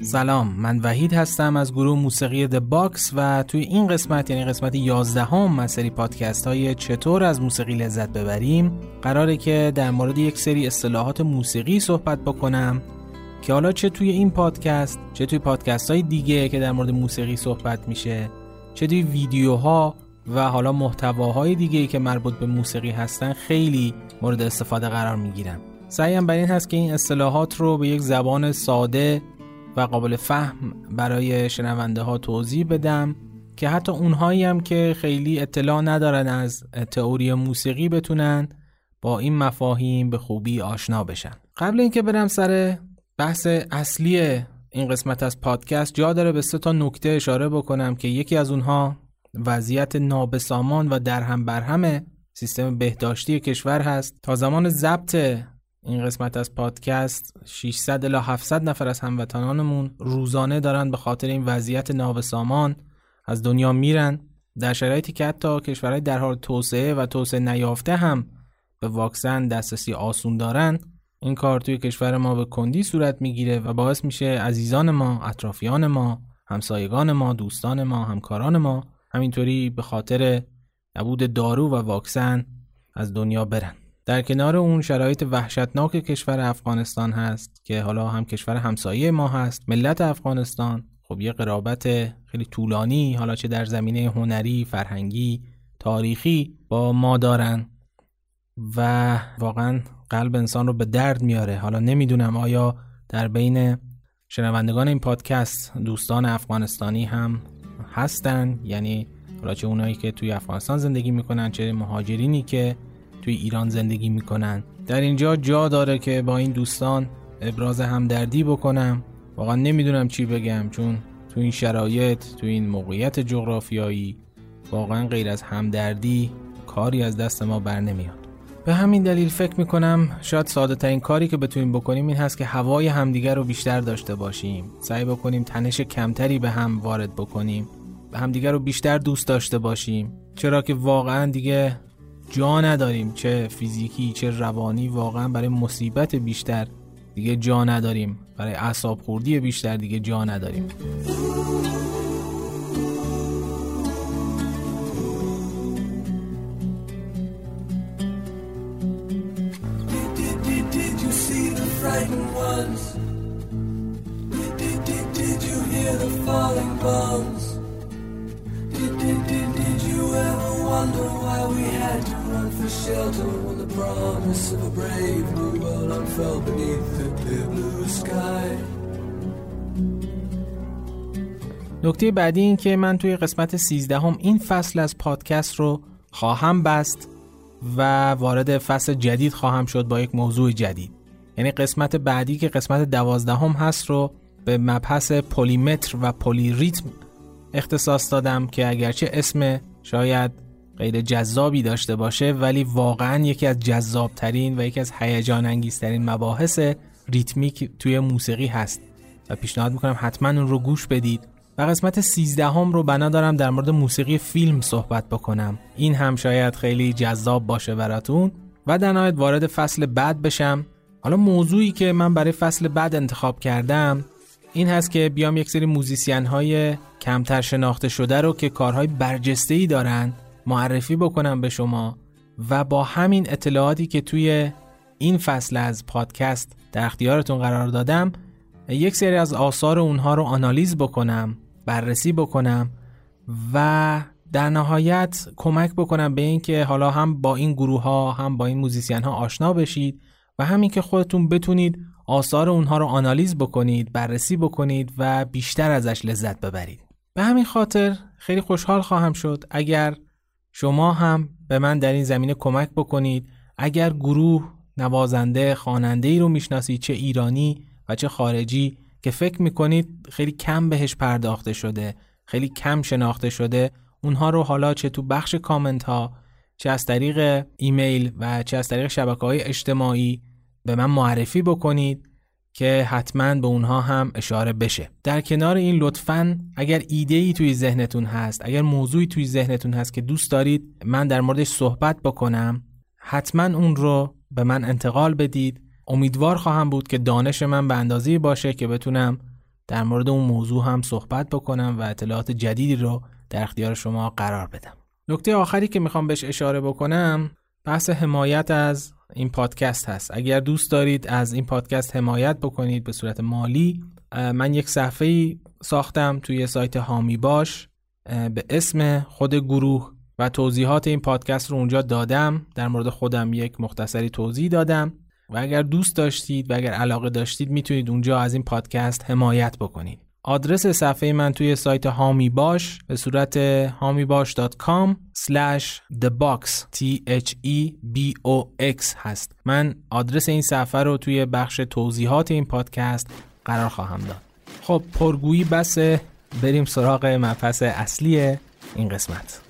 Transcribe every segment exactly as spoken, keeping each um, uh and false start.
سلام، من وحید هستم از گروه موسیقی The Box و توی این قسمت یعنی قسمت یازدهم از سری پادکست های چطور از موسیقی لذت ببریم قراره که در مورد یک سری اصطلاحات موسیقی صحبت بکنم که حالا چه توی این پادکست چه توی پادکست های دیگه که در مورد موسیقی صحبت میشه، چه توی ویدیوها و حالا محتواهای دیگه‌ای که مربوط به موسیقی هستن خیلی مورد استفاده قرار میگیرم. سعیم بر این هست که این اصطلاحات رو به یک زبان ساده و قابل فهم برای شنونده ها توضیح بدم که حتی اونهایی هم که خیلی اطلاع ندارن از تئوری موسیقی بتونن با این مفاهیم به خوبی آشنا بشن. قبل اینکه برم سر بحث اصلی این قسمت از پادکست، جا داره به سه تا نکته اشاره بکنم که یکی از اونها وضعیت نابسامان و درهم برهم سیستم بهداشتی کشور هست. تا زمان ضبط این قسمت از پادکست ششصد الی هفتصد نفر از هموطنانمون روزانه دارن به خاطر این وضعیت نابسامان از دنیا میرن، در شرایطی که حتی کشورهای در حال توسعه و توسعه نیافته هم به واکسن دسترسی آسون دارن. این کار توی کشور ما به کندی صورت میگیره و باعث میشه عزیزان ما، اطرافیان ما، همسایگان ما، دوستان ما، همکاران ما همینطوری به خاطر نبود دارو و واکسن از دنیا برن. در کنار اون شرایط وحشتناک کشور افغانستان هست که حالا هم کشور همسایه ما هست. ملت افغانستان خب یه قرابت خیلی طولانی حالا چه در زمینه هنری، فرهنگی، تاریخی با ما دارن و واقعا قلب انسان رو به درد میاره. حالا نمیدونم آیا در بین شنوندگان این پادکست دوستان افغانستانی هم هستن، یعنی حالا چه اونایی که توی افغانستان زندگی میکنن چه مهاجرینی که توی ایران زندگی میکنن. در اینجا جا داره که با این دوستان ابراز همدردی بکنم. واقعا نمیدونم چی بگم، چون توی این شرایط، توی این موقعیت جغرافیایی واقعا غیر از همدردی کاری از دست ما بر نمیاد. به همین دلیل فکر میکنم شاید ساده ترین کاری که بتونیم بکنیم این هست که هوای همدیگر رو بیشتر داشته باشیم، سعی بکنیم تنش کمتری به هم وارد بکنیم، به همدیگر رو بیشتر دوست داشته باشیم، چرا که واقعا دیگه جا نداریم، چه فیزیکی چه روانی، واقعا برای مصیبت بیشتر دیگه جا نداریم، برای اعصاب خوردی بیشتر دیگه جا نداریم. نکته بعدی این که من توی قسمت سیزدهم این فصل از پادکست رو خواهم بست و وارد فصل جدید خواهم شد با یک موضوع جدید. یعنی قسمت بعدی که قسمت دوازدهم هست رو به مبحث پلیمتر و پلیریتم اختصاص دادم که اگرچه اسم شاید غیر جذابی داشته باشه ولی واقعا یکی از جذابترین و یکی از هیجان انگیزترین مباحث ریتمیک توی موسیقی هست و پیشنهاد میکنم حتما اون رو گوش بدید. و قسمت سیزدهم رو بنا دارم در مورد موسیقی فیلم صحبت بکنم، این هم شاید خیلی جذاب باشه براتون و در نهایت وارد فصل بعد بشم. حالا موضوعی که من برای فصل بعد انتخاب کردم این هست که بیام یک سری موزیسین های کمتر شناخته شده رو که کارهای برجسته‌ای دارن معرفی بکنم به شما و با همین اطلاعاتی که توی این فصل از پادکست در اختیارتون قرار دادم یک سری از آثار اونها رو آنالیز بکنم، بررسی بکنم و در نهایت کمک بکنم به این که حالا هم با این گروه ها هم با این موزیسین ها آشنا بشید و همین که خودتون بتونید آثار اونها رو آنالیز بکنید، بررسی بکنید و بیشتر ازش لذت ببرید. به همین خاطر خیلی خوشحال خواهم شد اگر شما هم به من در این زمینه کمک بکنید. اگر گروه، نوازنده، خواننده‌ای رو میشناسید چه ایرانی و چه خارجی که فکر میکنید خیلی کم بهش پرداخته شده، خیلی کم شناخته شده، اونها رو حالا چه تو بخش کامنت ها، چه از طریق ایمیل و چه از طریق شبکه‌های اجتماعی به من معرفی بکنید که حتما به اونها هم اشاره بشه. در کنار این لطفاً اگر ایده‌ای توی ذهنتون هست، اگر موضوعی توی ذهنتون هست که دوست دارید من در موردش صحبت بکنم، حتما اون رو به من انتقال بدید. امیدوار خواهم بود که دانش من به اندازه‌ای باشه که بتونم در مورد اون موضوع هم صحبت بکنم و اطلاعات جدیدی رو در اختیار شما قرار بدم. نکته آخری که میخوام بهش اشاره بکنم بحث حمایت از این پادکست هست. اگر دوست دارید از این پادکست حمایت بکنید به صورت مالی، من یک صفحه‌ای ساختم توی سایت هامی باش به اسم خود گروه و توضیحات این پادکست رو اونجا دادم. در مورد خودم یک مختصری توضیح دادم و اگر دوست داشتید و اگر علاقه داشتید میتونید اونجا از این پادکست حمایت بکنید. آدرس صفحه من توی سایت هامی باش به صورت هامی باش دات کام اسلش the box تی اچ ای بی او ایکس هست. من آدرس این صفحه رو توی بخش توضیحات این پادکست قرار خواهم داد. خب پرگویی بسه، بریم سراغ مبحث اصلی این قسمت.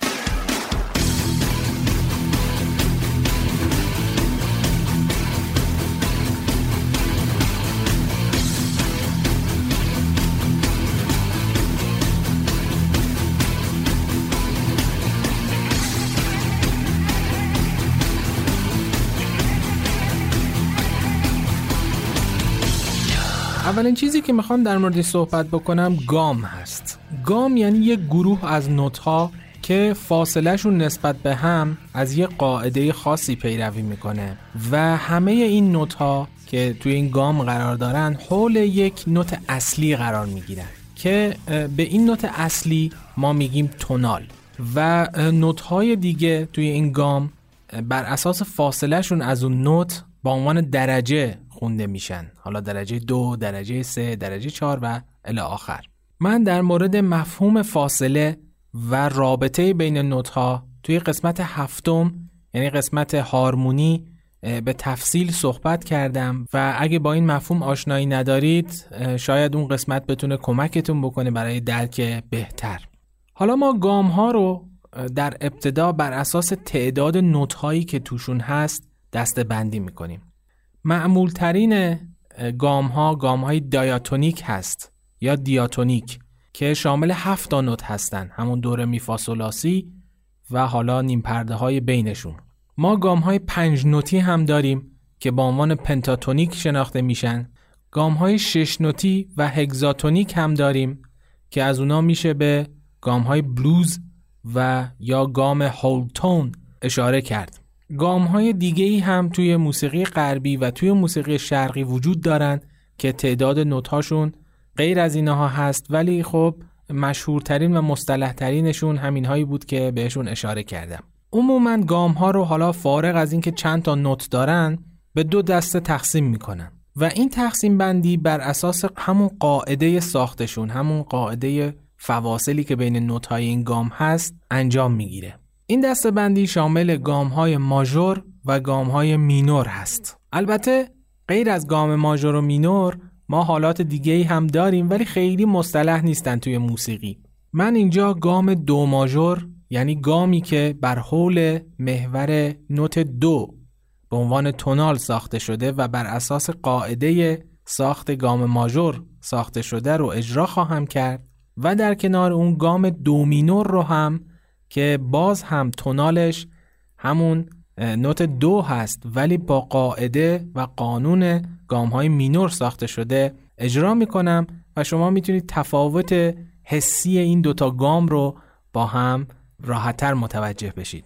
اولین چیزی که میخوام در موردش صحبت بکنم گام هست. گام یعنی یک گروه از نوت‌ها که فاصله شون نسبت به هم از یک قاعده خاصی پیروی میکنه و همه این نوت‌ها که توی این گام قرار دارن حول یک نوت اصلی قرار میگیرن که به این نوت اصلی ما میگیم تونال و نوت‌های دیگه توی این گام بر اساس فاصله شون از اون نوت با عنوان درجه خونده میشن. حالا درجه دو، درجه سه، درجه چهار و الی آخر. من در مورد مفهوم فاصله و رابطه بین نوت‌ها توی قسمت هفتم یعنی قسمت هارمونی به تفصیل صحبت کردم و اگه با این مفهوم آشنایی ندارید شاید اون قسمت بتونه کمکتون بکنه برای درک بهتر. حالا ما گام‌ها رو در ابتدا بر اساس تعداد نوت‌هایی که توشون هست دسته بندی میکنیم. معمول ترین گام ها گام های دایاتونیک هست یا دیاتونیک که شامل هفت تا نوت هستن، همون دو می فا صول لا سی و حالا نیم پرده های بینشون. ما گام های پنج نوتی هم داریم که با عنوان پنتاتونیک شناخته میشن. گام های شش نوتی و هگزاتونیک هم داریم که از اونا میشه به گام های بلوز و یا گام هول تون اشاره کرد. گام‌های دیگه‌ای هم توی موسیقی غربی و توی موسیقی شرقی وجود دارن که تعداد نوت‌هاشون غیر از اینها هست، ولی خب مشهورترین و مصطلح‌ترینشون همین‌هایی بود که بهشون اشاره کردم. عموماً گام‌ها رو حالا فارغ از اینکه چند تا نوت دارن به دو دسته تقسیم می‌کنن و این تقسیم بندی بر اساس همون قاعده ساختشون، همون قاعده فواصلی که بین نوت‌های این گام هست انجام می‌گیره. این دسته بندی شامل گام‌های ماژور و گام‌های مینور هست. البته غیر از گام ماژور و مینور ما حالات دیگه‌ای هم داریم ولی خیلی مصطلح نیستن توی موسیقی. من اینجا گام دو ماژور یعنی گامی که بر حول محور نوت دو به عنوان تونال ساخته شده و بر اساس قاعده ساخت گام ماژور ساخته شده رو اجرا خواهم کرد و در کنار اون گام دو مینور رو هم که باز هم تونالش همون نوت دو هست ولی با قاعده و قانون گام‌های مینور ساخته شده اجرا میکنم و شما میتونید تفاوت حسی این دوتا گام رو با هم راحت‌تر متوجه بشید.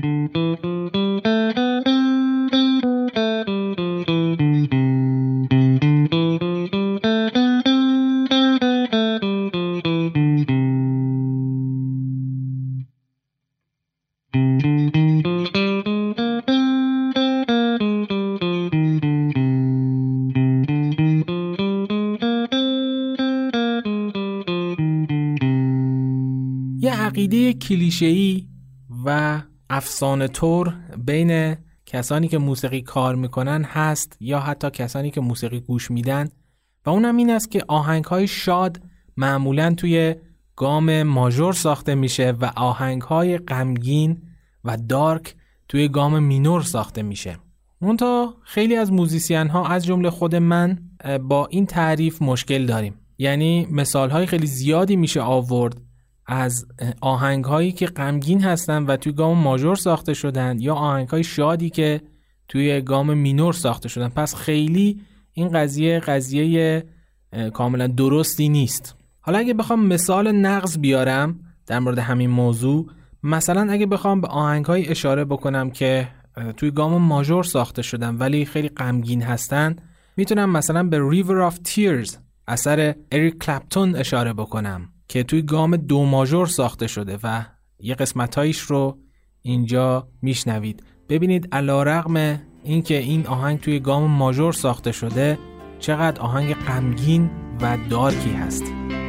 عقیده کلیشه‌ای و افسانه طور بین کسانی که موسیقی کار میکنن هست یا حتی کسانی که موسیقی گوش میدن و اونم این است که آهنگ‌های شاد معمولاً توی گام ماژور ساخته میشه و آهنگ‌های غمگین و دارک توی گام مینور ساخته میشه. منتها خیلی از موزیسین‌ها از جمله خود من با این تعریف مشکل داریم. یعنی مثال‌های خیلی زیادی میشه آورد از آهنگ‌هایی که غمگین هستن و توی گام ماژور ساخته شدن یا آهنگ‌های شادی که توی گام مینور ساخته شدن. پس خیلی این قضیه قضیه کاملا درستی نیست. حالا اگه بخوام مثال نقض بیارم در مورد همین موضوع، مثلا اگه بخوام به آهنگ‌های اشاره بکنم که توی گام ماژور ساخته شدن ولی خیلی غمگین هستن، میتونم مثلا به River of Tears اثر اریک کلپتون اشاره بکنم که توی گام دو ماژور ساخته شده و یه قسمتایش رو اینجا میشنوید. ببینید علیرغم اینکه این آهنگ توی گام ماژور ساخته شده، چقدر آهنگ غمگین و دارکی هست.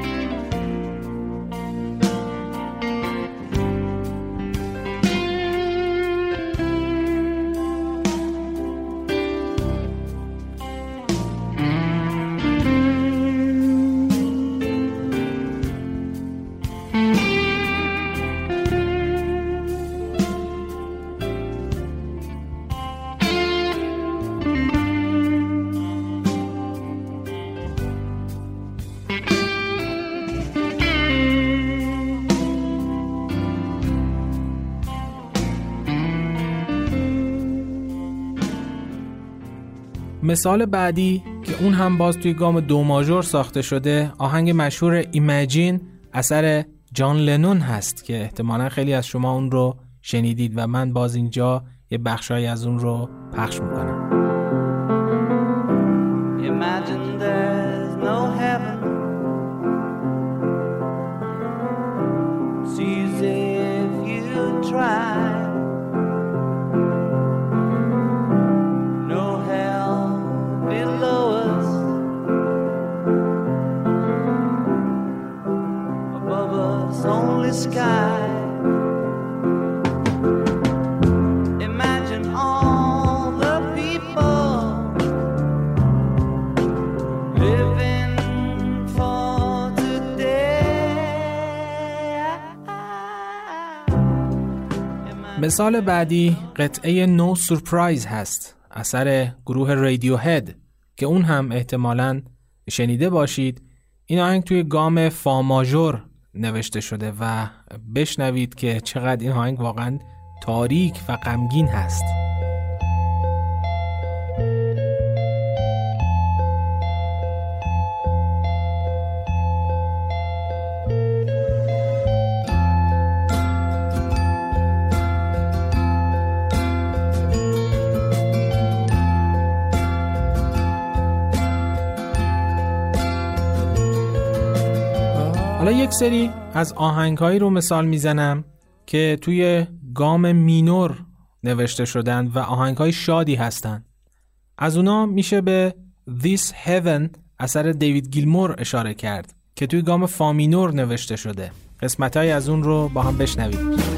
مثال بعدی که اون هم باز توی گام دو ماژور ساخته شده، آهنگ مشهور ایمیجین اثر جان لنون هست که احتمالاً خیلی از شما اون رو شنیدید و من باز اینجا یه بخشایی از اون رو پخش میکنم. Imagine there's no heaven. See if you try. Sky. Imagine all the people living for today. مثال بعدی قطعه No Surprise هست اثر گروه رادیوهد که اون هم احتمالاً شنیده باشید. این آهنگ توی گام فا ماژور نوشته شده و بشنوید که چقدر این آهنگ واقعا تاریک و غمگین هست. حالا یک سری از آهنگ‌هایی رو مثال میزنم که توی گام مینور نوشته شدن و آهنگ‌های شادی هستن. از اونا میشه به This Heaven اثر دیوید گیلمور اشاره کرد که توی گام فا مینور نوشته شده. قسمت‌های از اون رو با هم بشنوید.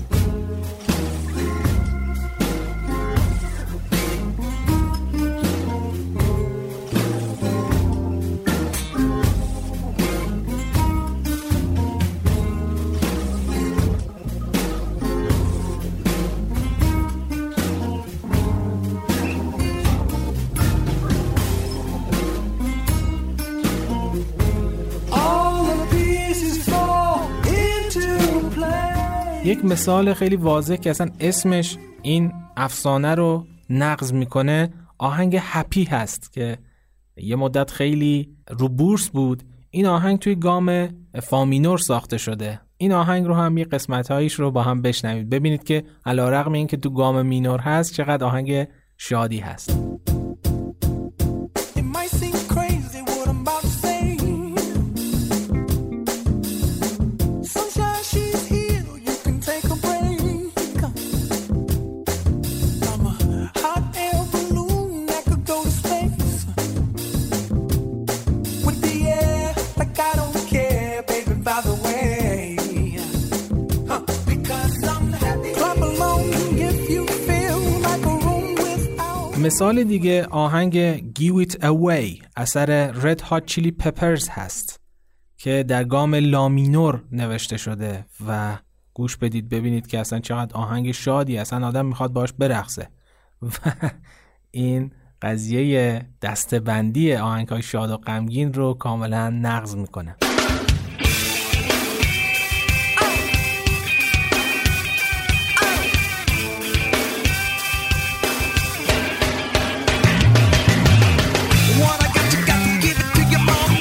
یک مثال خیلی واضح که اصلا اسمش این افسانه رو نقض میکنه آهنگ هپی هست که یه مدت خیلی رو بورس بود. این آهنگ توی گام فا مینور ساخته شده. این آهنگ رو هم یه قسمت‌هایش رو با هم بشنوید. ببینید که علیرغم این که تو گام مینور هست چقدر آهنگ شادی هست. مثال دیگه آهنگ Give It Away اثر Red Hot Chili Peppers هست که در گام لا مینور نوشته شده و گوش بدید ببینید که اصلا چقدر آهنگ شادی، اصلا آدم میخواد باش برقصه و این قضیه دسته‌بندی آهنگ‌های شاد و غمگین رو کاملا نقض میکنه. What I got, you got to give it to your mom.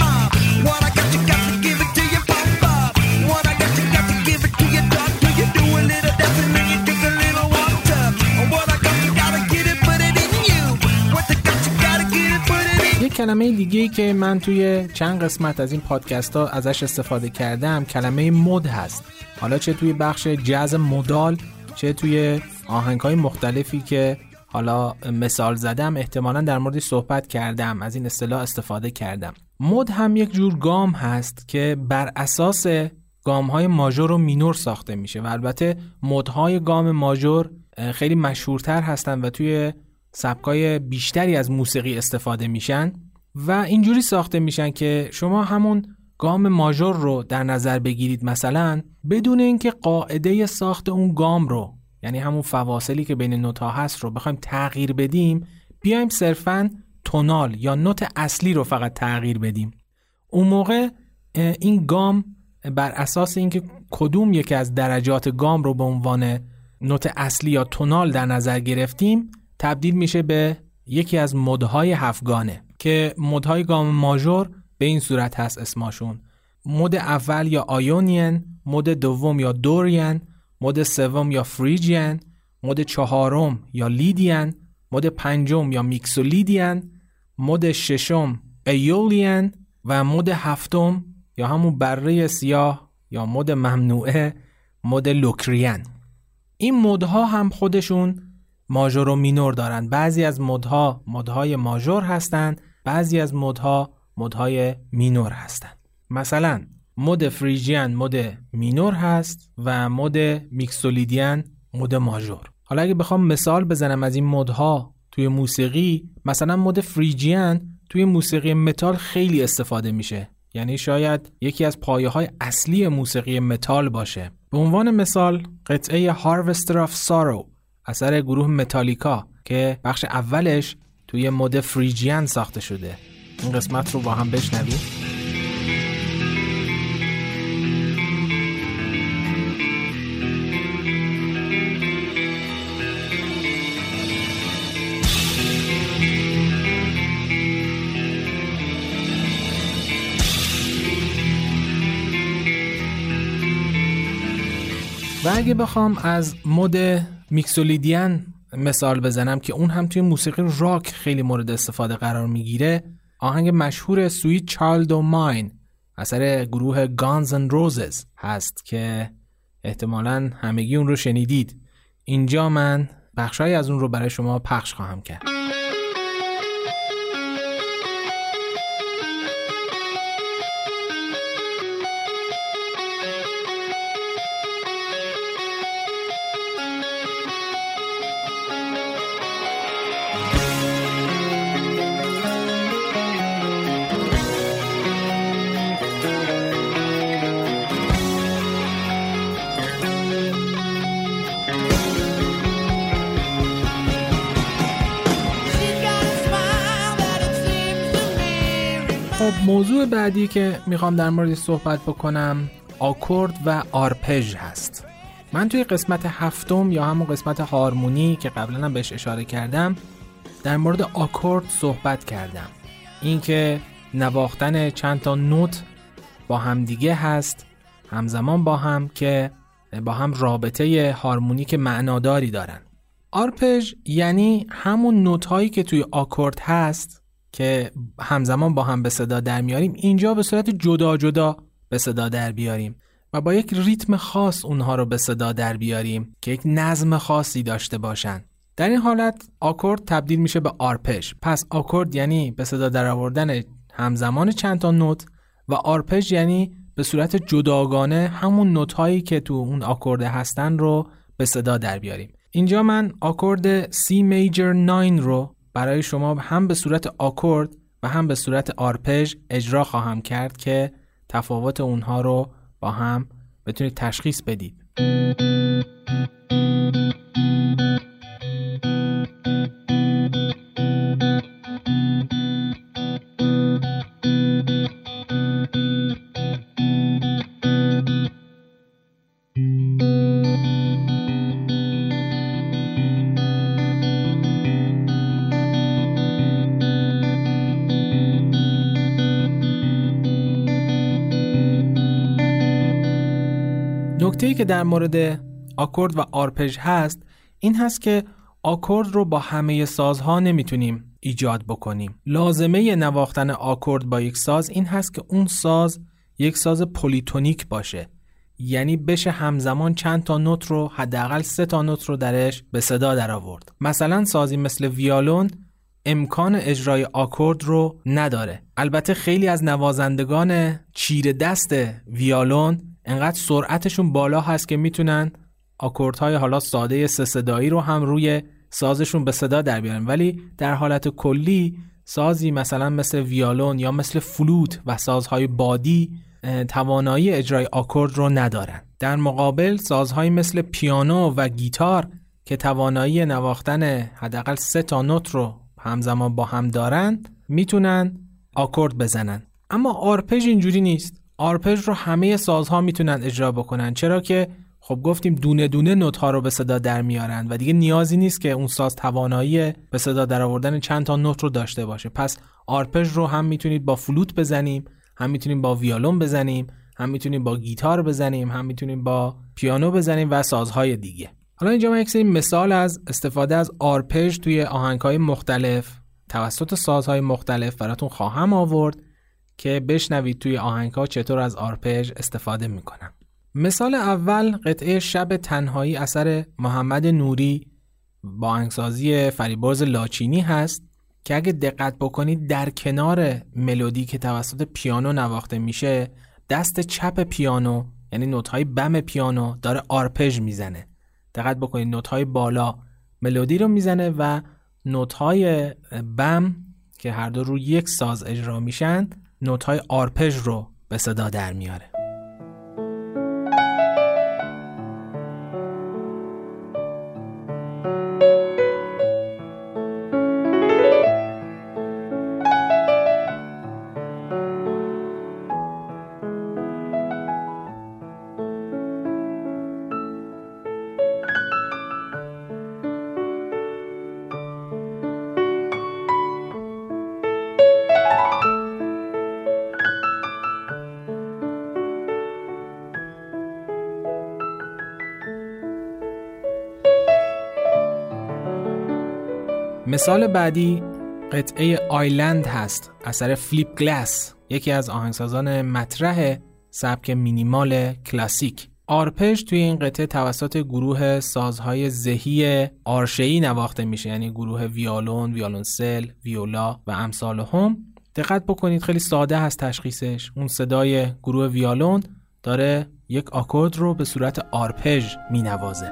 کلمه دیگه‌ای که من توی چند قسمت از این پادکست ها ازش استفاده کردم کلمه مد هست. حالا چه توی بخش جاز مودال، چه توی آهنگ‌های مختلفی که حالا مثال زدم، احتمالاً در موردش صحبت کردم، از این اصطلاح استفاده کردم. مد هم یک جور گام هست که بر اساس گام‌های ماژور و مینور ساخته میشه و البته مدهای گام ماژور خیلی مشهورتر هستن و توی سبکای بیشتری از موسیقی استفاده میشن و اینجوری ساخته میشن که شما همون گام ماژور رو در نظر بگیرید مثلا بدون اینکه قاعده ساخت اون گام رو، یعنی همون فواصلی که بین نوت‌ها هست رو بخوایم تغییر بدیم، بیایم صرفاً تونال یا نوت اصلی رو فقط تغییر بدیم. اون موقع این گام بر اساس اینکه کدوم یکی از درجات گام رو به عنوان نوت اصلی یا تونال در نظر گرفتیم تبدیل میشه به یکی از مدهای هفتگانه که مدهای گام ماژور به این صورت هست اسمشون: مد اول یا آیونین، مد دوم یا دورین، مد سوم یا فریجین، مد چهارم یا لیدین، مد پنجم یا میکسولیدین، مد ششم ایولین و مد هفتم یا همون بره سیاه یا مد ممنوعه مد لوکرین. این مدها هم خودشون ماژور و مینور دارن. بعضی از مدها مدهای ماژور هستند، بعضی از مدها مدهای مینور هستند. مثلا مد فریجین مد مینور هست و مد میکسولیدین مد ماژور. حالا اگه بخوام مثال بزنم از این مدها توی موسیقی، مثلا مد فریجین توی موسیقی متال خیلی استفاده میشه، یعنی شاید یکی از پایه‌های اصلی موسیقی متال باشه. به عنوان مثال قطعه Harvester of Sorrow اثر گروه متالیکا که بخش اولش توی مد فریجین ساخته شده. این قسمت رو با هم بشنویم. و اگه بخوام از مد میکسولیدین مثال بزنم که اون هم توی موسیقی راک خیلی مورد استفاده قرار میگیره، آهنگ مشهور سویت چایلد و ماین اثر گروه گانز اند روزز هست که احتمالاً همگی اون رو شنیدید. اینجا من بخشای از اون رو برای شما پخش خواهم کرد. خب موضوع بعدی که میخوام در موردش صحبت بکنم آکورد و آرپژ هست. من توی قسمت هفتم یا همون قسمت هارمونی که قبلا هم بهش اشاره کردم در مورد آکورد صحبت کردم. این که نواختن چند تا نوت با هم دیگه هست همزمان با هم که با هم رابطه هارمونیک معناداری دارن. آرپژ یعنی همون نوت هایی که توی آکورد هست که همزمان با هم به صدا در میاریم، اینجا به صورت جدا جدا به صدا در بیاریم و با یک ریتم خاص اونها رو به صدا در بیاریم که یک نظم خاصی داشته باشن. در این حالت آکورد تبدیل میشه به آرپژ. پس آکورد یعنی به صدا در آوردن همزمان چند تا نوت و آرپژ یعنی به صورت جداگانه همون نوت هایی که تو اون آکورد هستن رو به صدا در بیاریم. اینجا من آکورد سی میجر نه رو برای شما هم به صورت آکورد و هم به صورت آرپژ اجرا خواهم کرد که تفاوت اونها رو با هم بتونید تشخیص بدید. نکته‌ای که در مورد آکورد و آرپژ هست این هست که آکورد رو با همه سازها نمیتونیم ایجاد بکنیم. لازمه نواختن آکورد با یک ساز این هست که اون ساز یک ساز پلیتونیک باشه، یعنی بشه همزمان چند تا نوت رو، حداقل سه تا نوت رو درش به صدا در آورد. مثلا سازی مثل ویولون امکان اجرای آکورد رو نداره. البته خیلی از نوازندگان چیره دست ویولون انقدر سرعتشون بالا هست که میتونن آکوردهای حالا ساده سه صدایی رو هم روی سازشون به صدا در بیارن، ولی در حالت کلی سازی مثلا مثل ویولون یا مثل فلوت و سازهای بادی توانایی اجرای آکورد رو ندارن. در مقابل سازهای مثل پیانو و گیتار که توانایی نواختن حداقل سه تا نوت رو همزمان با هم دارند میتونن آکورد بزنن. اما آرپژ اینجوری نیست. آرپژ رو همه سازها میتونن اجرا بکنن، چرا که خب گفتیم دونه دونه نوت ها رو به صدا در میارن و دیگه نیازی نیست که اون ساز توانایی به صدا در آوردن چند تا نوت رو داشته باشه. پس آرپژ رو هم میتونید با فلوت بزنیم، هم میتونیم با ویولون بزنیم، هم میتونیم با گیتار بزنیم، هم میتونیم با پیانو بزنیم و سازهای دیگه. حالا اینجا من یک سری مثال از استفاده از آرپژ توی آهنگ‌های مختلف توسط سازهای مختلف براتون خواهم آورد که بشنوید توی آهنگ‌ها چطور از آرپژ استفاده میکنم. مثال اول قطعه شب تنهایی اثر محمد نوری با آهنگسازی فریبرز لاچینی هست که اگه دقت بکنید در کنار ملودی که توسط پیانو نواخته میشه، دست چپ پیانو یعنی نوت‌های بم پیانو داره آرپژ میزنه. دقت بکنید نوت‌های بالا ملودی رو میزنه و نوت‌های بم که هر دو روی یک ساز اجرا میشن نوت‌های آرپژ رو به صدا در میاره. مثال بعدی قطعه آیلند هست اثر فلیپ گلاس، یکی از آهنگسازان مطرح سبک مینیمال کلاسیک. آرپژ توی این قطعه توسط گروه سازهای زهی آرشه‌ای نواخته میشه، یعنی گروه ویولون، ویولنسل، ویولا و امثال هم. دقت بکنید خیلی ساده هست تشخیصش. اون صدای گروه ویولون داره یک آکورد رو به صورت آرپژ مینوازه.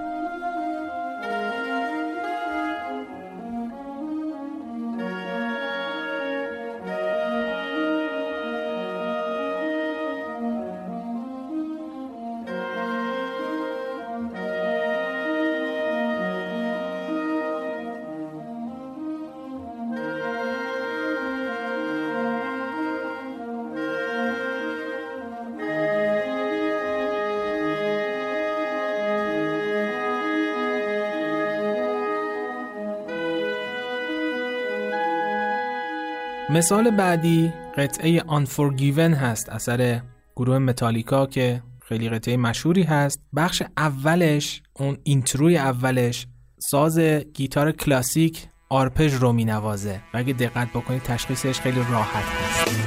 مثال بعدی قطعه Unforgiven هست اثر گروه متالیکا که خیلی قطعه مشهوری هست. بخش اولش، اون اینتروی اولش، ساز گیتار کلاسیک آرپژ رو می نوازه و اگه دقت بکنید تشخیصش خیلی راحت هست.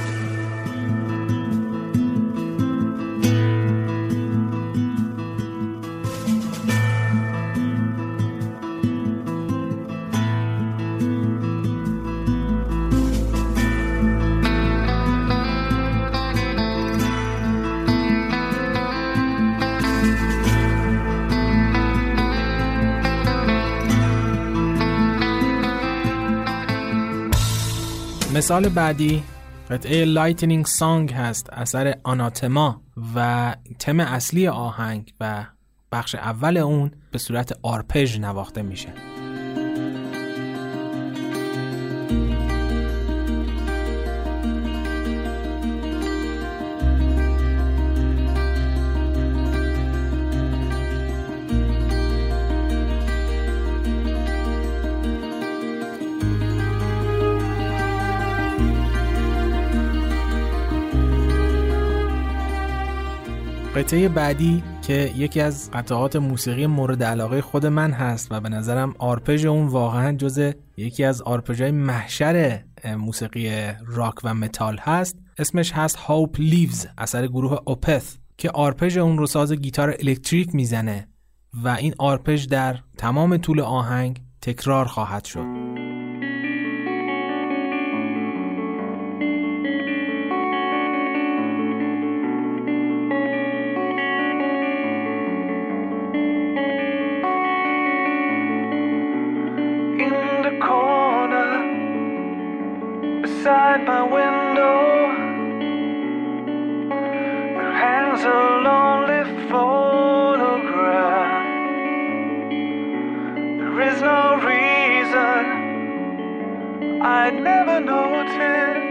مثال بعدی قطعه لایتنینگ سانگ هست اثر آناتما و تم اصلی آهنگ و بخش اول اون به صورت آرپژ نواخته میشه. قطعه بعدی که یکی از قطعات موسیقی مورد علاقه خود من هست و به نظرم آرپژ اون واقعا جز یکی از آرپژهای محشر موسیقی راک و متال هست. اسمش هست Hope Lives، اثر گروه اوپث، که آرپژ اون رو ساز گیتار الکتریک میزنه و این آرپژ در تمام طول آهنگ تکرار خواهد شد. Beside my window there hangs a lonely photograph. There is no reason I'd never notice.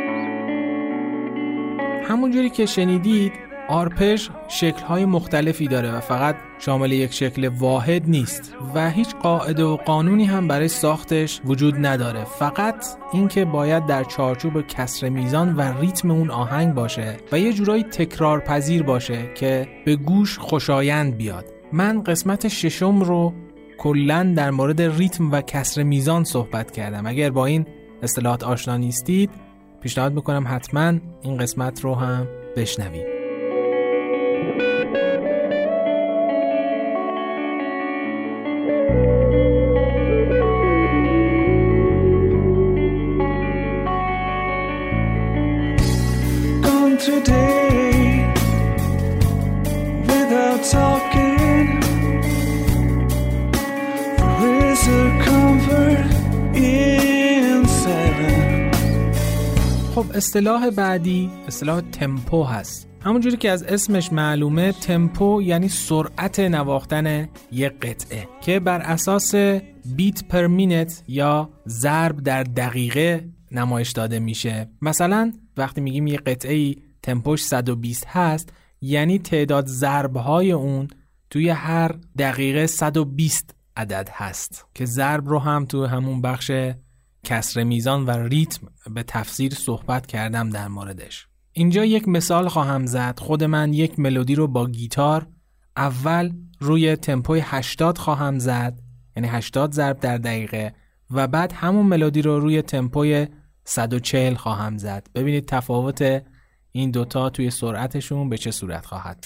همونجوری که شنیدید آرپژ شکل‌های مختلفی داره و فقط شامل یک شکل واحد نیست و هیچ قاعده و قانونی هم برای ساختش وجود نداره، فقط اینکه باید در چارچوب کسر میزان و ریتم اون آهنگ باشه و یه جورایی تکرار پذیر باشه که به گوش خوشایند بیاد. من قسمت ششم رو کلاً در مورد ریتم و کسر میزان صحبت کردم. اگر با این اصطلاحات آشنا نیستید پیشنهاد میکنم حتما این قسمت رو هم بشنوید. Today, without talking, there is a comfort in silence. خب اصطلاح بعدی اصطلاح تمپو هست. همونجوری که از اسمش معلومه تمپو یعنی سرعت نواختن یک قطعه که بر اساس بیت پر مینت یا ضرب در دقیقه نمایش داده میشه. مثلا وقتی میگیم یه قطعه‌ای تمپوش صد و بیست هست یعنی تعداد ضرب‌های اون توی هر دقیقه صد و بیست عدد هست که ضرب رو هم توی همون بخش کسر میزان و ریتم به تفسیر صحبت کردم در موردش. اینجا یک مثال خواهم زد. خود من یک ملودی رو با گیتار اول روی تمپوی هشتاد خواهم زد، یعنی هشتاد ضرب در دقیقه، و بعد همون ملودی رو روی تمپوی صد و چهل خواهم زد. ببینید تفاوت این دوتا توی سرعتشون به چه صورت خواهد.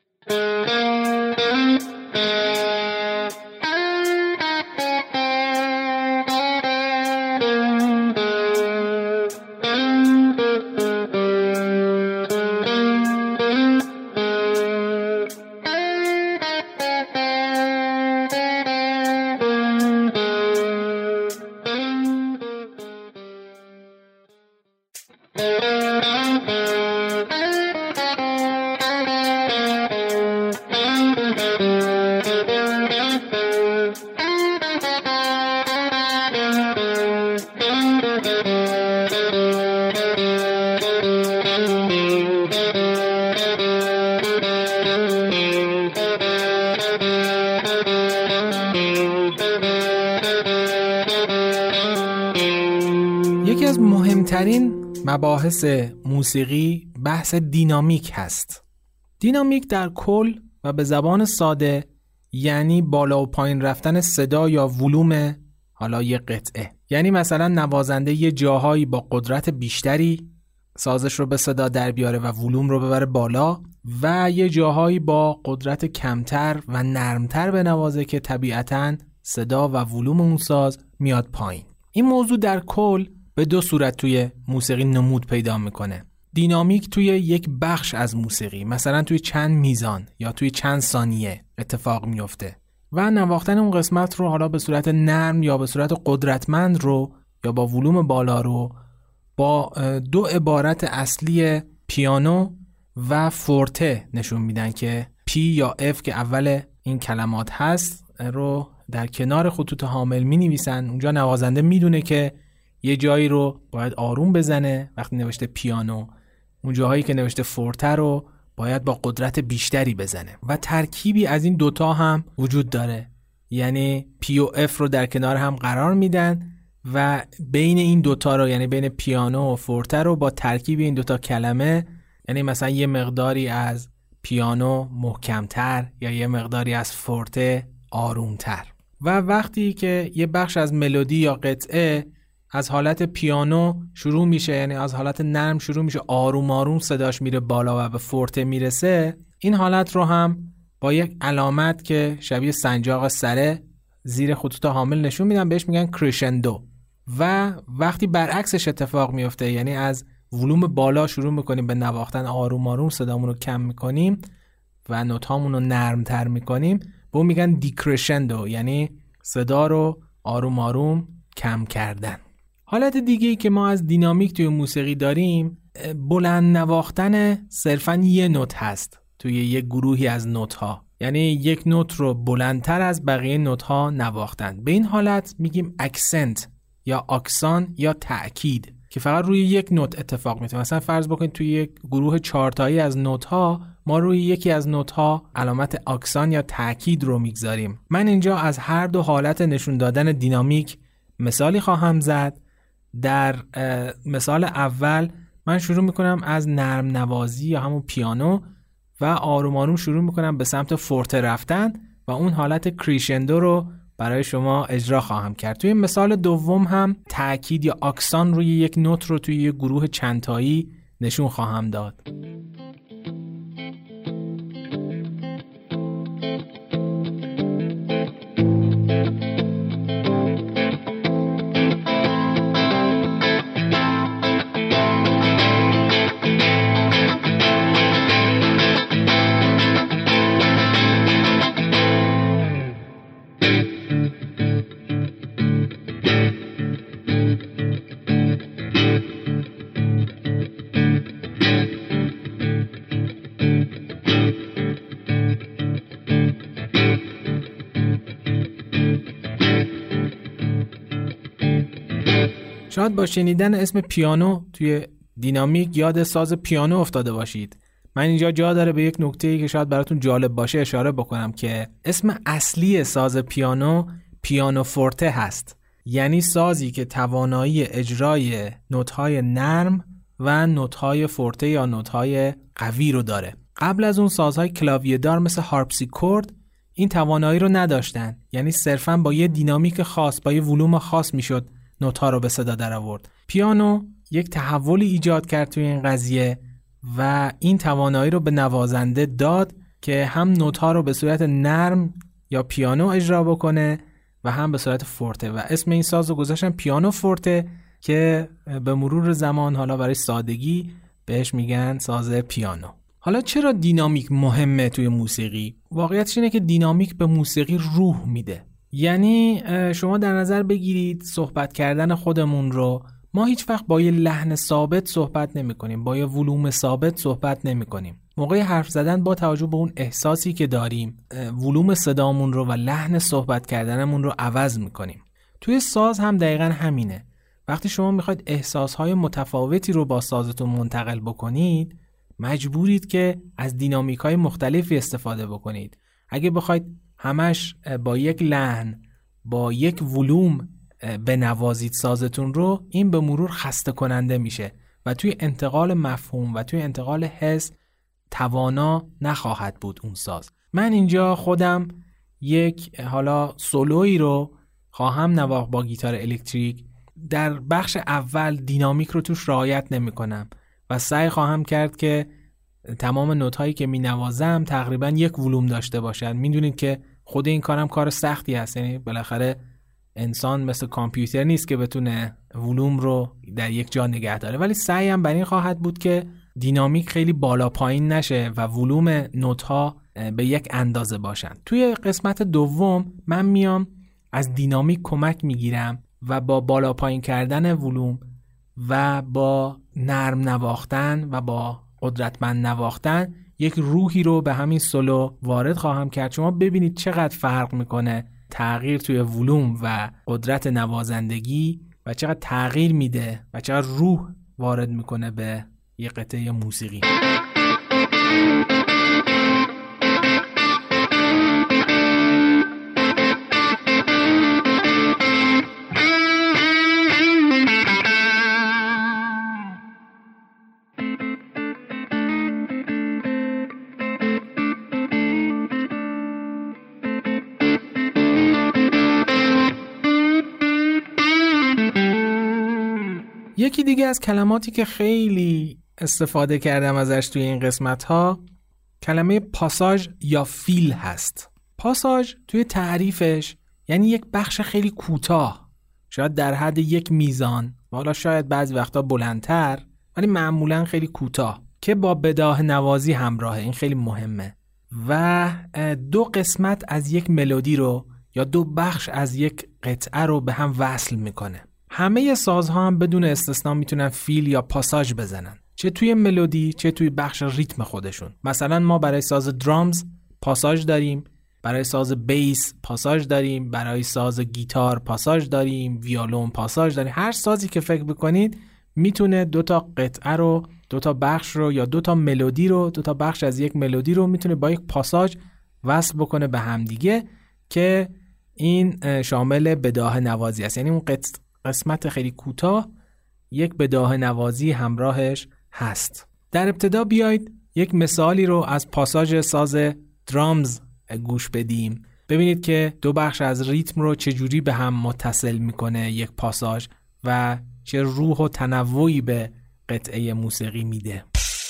یکی از مهمترین مباحث موسیقی بحث دینامیک هست. دینامیک در کل و به زبان ساده یعنی بالا و پایین رفتن صدا یا ولوم حالا یه قطعه. یعنی مثلا نوازنده یه جاهایی با قدرت بیشتری سازش رو به صدا در بیاره و ولوم رو ببره بالا و یه جاهایی با قدرت کمتر و نرمتر بنوازه که طبیعتاً صدا و ولوم اون ساز میاد پایین. این موضوع در کل به دو صورت توی موسیقی نمود پیدا میکنه. دینامیک توی یک بخش از موسیقی، مثلا توی چند میزان یا توی چند ثانیه اتفاق میفته و نواختن اون قسمت رو حالا به صورت نرم یا به صورت قدرتمند رو یا با ولوم بالا رو با دو عبارت اصلی پیانو و فورته نشون میدن که پی یا اف که اول این کلمات هست رو در کنار خطوط حامل می نویسن. اونجا نوازنده میدونه که یه جایی رو باید آروم بزنه وقتی نوشته پیانو، اون جاهایی که نوشته فورته رو باید با قدرت بیشتری بزنه و ترکیبی از این دوتا هم وجود داره، یعنی پی و اف رو در کنار هم قرار میدن و بین این دوتا رو یعنی بین پیانو و فورته رو با ترکیب این دوتا کلمه، یعنی مثلا یه مقداری از پیانو محکمتر یا یه مقداری از فورته آرومتر. و وقتی که یه بخش از ملودی یا قطعه از حالت پیانو شروع میشه، یعنی از حالت نرم شروع میشه، آروم آروم صداش میره بالا و به فورته میرسه، این حالت رو هم با یک علامت که شبیه سنجاق سره زیر خطوط حامل نشون میدن، بهش میگن کرشندو. و وقتی برعکسش اتفاق میفته، یعنی از ولوم بالا شروع میکنیم به نواختن، آروم آروم صدامون رو کم میکنیم و نوتامون رو نرمتر میکنیم، به اون میگن دیکرشندو، یعنی صدا رو آروم آروم کم کردن. حالت دیگه‌ای که ما از دینامیک توی موسیقی داریم، بلند نواختن صرفاً یه نوت هست توی یک گروهی از نوت‌ها، یعنی یک نوت رو بلندتر از بقیه نوت‌ها نواختن. به این حالت میگیم اکسنت یا آکسان یا تأکید که فقط روی یک نوت اتفاق میفته. مثلا فرض بکنید توی یک گروه چهارتایی از نوت‌ها ما روی یکی از نوت‌ها علامت آکسان یا تأکید رو میگذاریم. من اینجا از هر دو حالت نشون دادن دینامیک مثالی خواهم زد. در مثال اول من شروع میکنم از نرم نوازی یا همون پیانو و آروم آروم شروع میکنم به سمت فورته رفتن و اون حالت کریشندو رو برای شما اجرا خواهم کرد. توی مثال دوم هم تأکید یا آکسان روی یک نوت رو توی یک گروه چندتایی نشون خواهم داد. شاید با شنیدن اسم پیانو توی دینامیک یاد ساز پیانو افتاده باشید. من اینجا جا داره به یک نکته‌ای که شاید براتون جالب باشه اشاره بکنم که اسم اصلی ساز پیانو پیانو فورته هست، یعنی سازی که توانایی اجرای نوت‌های نرم و نوت‌های فورته یا نوت‌های قوی رو داره. قبل از اون سازهای کلاویه‌دار مثل هارپسیکورد این توانایی رو نداشتن، یعنی صرفاً با یه دینامیک خاص، با یه ولوم خاص میشد نوت‌ها رو به صدا در آورد. پیانو یک تحولی ایجاد کرد توی این قضیه و این توانایی رو به نوازنده داد که هم نوت‌ها رو به صورت نرم یا پیانو اجرا بکنه و هم به صورت فورته، و اسم این ساز رو گذاشتن پیانو فورته که به مرور زمان حالا برای سادگی بهش میگن ساز پیانو. حالا چرا دینامیک مهمه توی موسیقی؟ واقعیتش اینه که دینامیک به موسیقی روح میده. یعنی شما در نظر بگیرید صحبت کردن خودمون رو، ما هیچ وقت با یه لحن ثابت صحبت نمی کنیم، با یه ولوم ثابت صحبت نمی کنیم. موقع حرف زدن با توجه به اون احساسی که داریم ولوم صدامون رو و لحن صحبت کردنمون رو عوض می کنیم. توی ساز هم دقیقاً همینه. وقتی شما میخواید احساسهای متفاوتی رو با سازتون منتقل بکنید، مجبورید که از دینامیک‌های مختلفی استفاده بکنید. اگه بخواید همش با یک لحن، با یک ولوم بنوازید سازتون رو، این به مرور خسته کننده میشه و توی انتقال مفهوم و توی انتقال حس توانا نخواهد بود اون ساز. من اینجا خودم یک حالا سولویی رو خواهم نواخت با گیتار الکتریک. در بخش اول دینامیک رو توش رعایت نمی کنم و سعی خواهم کرد که تمام نوت‌هایی که می‌نوازم تقریباً یک ولوم داشته باشن. می‌دونید که خود این کارم کار سختی هست، یعنی بالاخره انسان مثل کامپیوتر نیست که بتونه ولوم رو در یک جا نگه داره، ولی سعیم بر این خواهد بود که دینامیک خیلی بالا پایین نشه و ولوم نوت‌ها به یک اندازه باشن. توی قسمت دوم من میام از دینامیک کمک میگیرم و با بالا پایین کردن ولوم و با نرم نواختن و با قدرتمند نواختن یک روحی رو به همین سولو وارد خواهم کرد. شما ببینید چقدر فرق میکنه تغییر توی ولوم و قدرت نوازندگی و چقدر تغییر میده و چقدر روح وارد میکنه به یه قطعه موسیقی. یکی دیگه از کلماتی که خیلی استفاده کردم ازش توی این قسمت ها کلمه پاساژ یا فیل هست. پاساژ توی تعریفش یعنی یک بخش خیلی کوتاه، شاید در حد یک میزان، حالا شاید بعضی وقتا بلندتر، ولی معمولا خیلی کوتاه که با بداهه نوازی همراهه. این خیلی مهمه. و دو قسمت از یک ملودی رو یا دو بخش از یک قطعه رو به هم وصل میکنه. همه سازها هم بدون استثنا میتونن فیل یا پاساژ بزنن، چه توی ملودی چه توی بخش ریتم خودشون. مثلا ما برای ساز درامز پاساژ داریم، برای ساز بیس پاساژ داریم، برای ساز گیتار پاساژ داریم، ویولون پاساژ داریم. هر سازی که فکر بکنید میتونه دو تا قطعه رو، دو تا بخش رو یا دو تا ملودی رو، دو تا بخش از یک ملودی رو میتونه با یک پاساژ وصل بکنه به هم دیگه که این شامل بداهه نوازی است. یعنی اون قسمت خیلی کوتاه یک بداهه نوازی همراهش هست. در ابتدا بیایید یک مثالی رو از پاساژ ساز درامز گوش بدیم. ببینید که دو بخش از ریتم رو چجوری به هم متصل میکنه یک پاساژ و چه روح و تنوعی به قطعه موسیقی میده.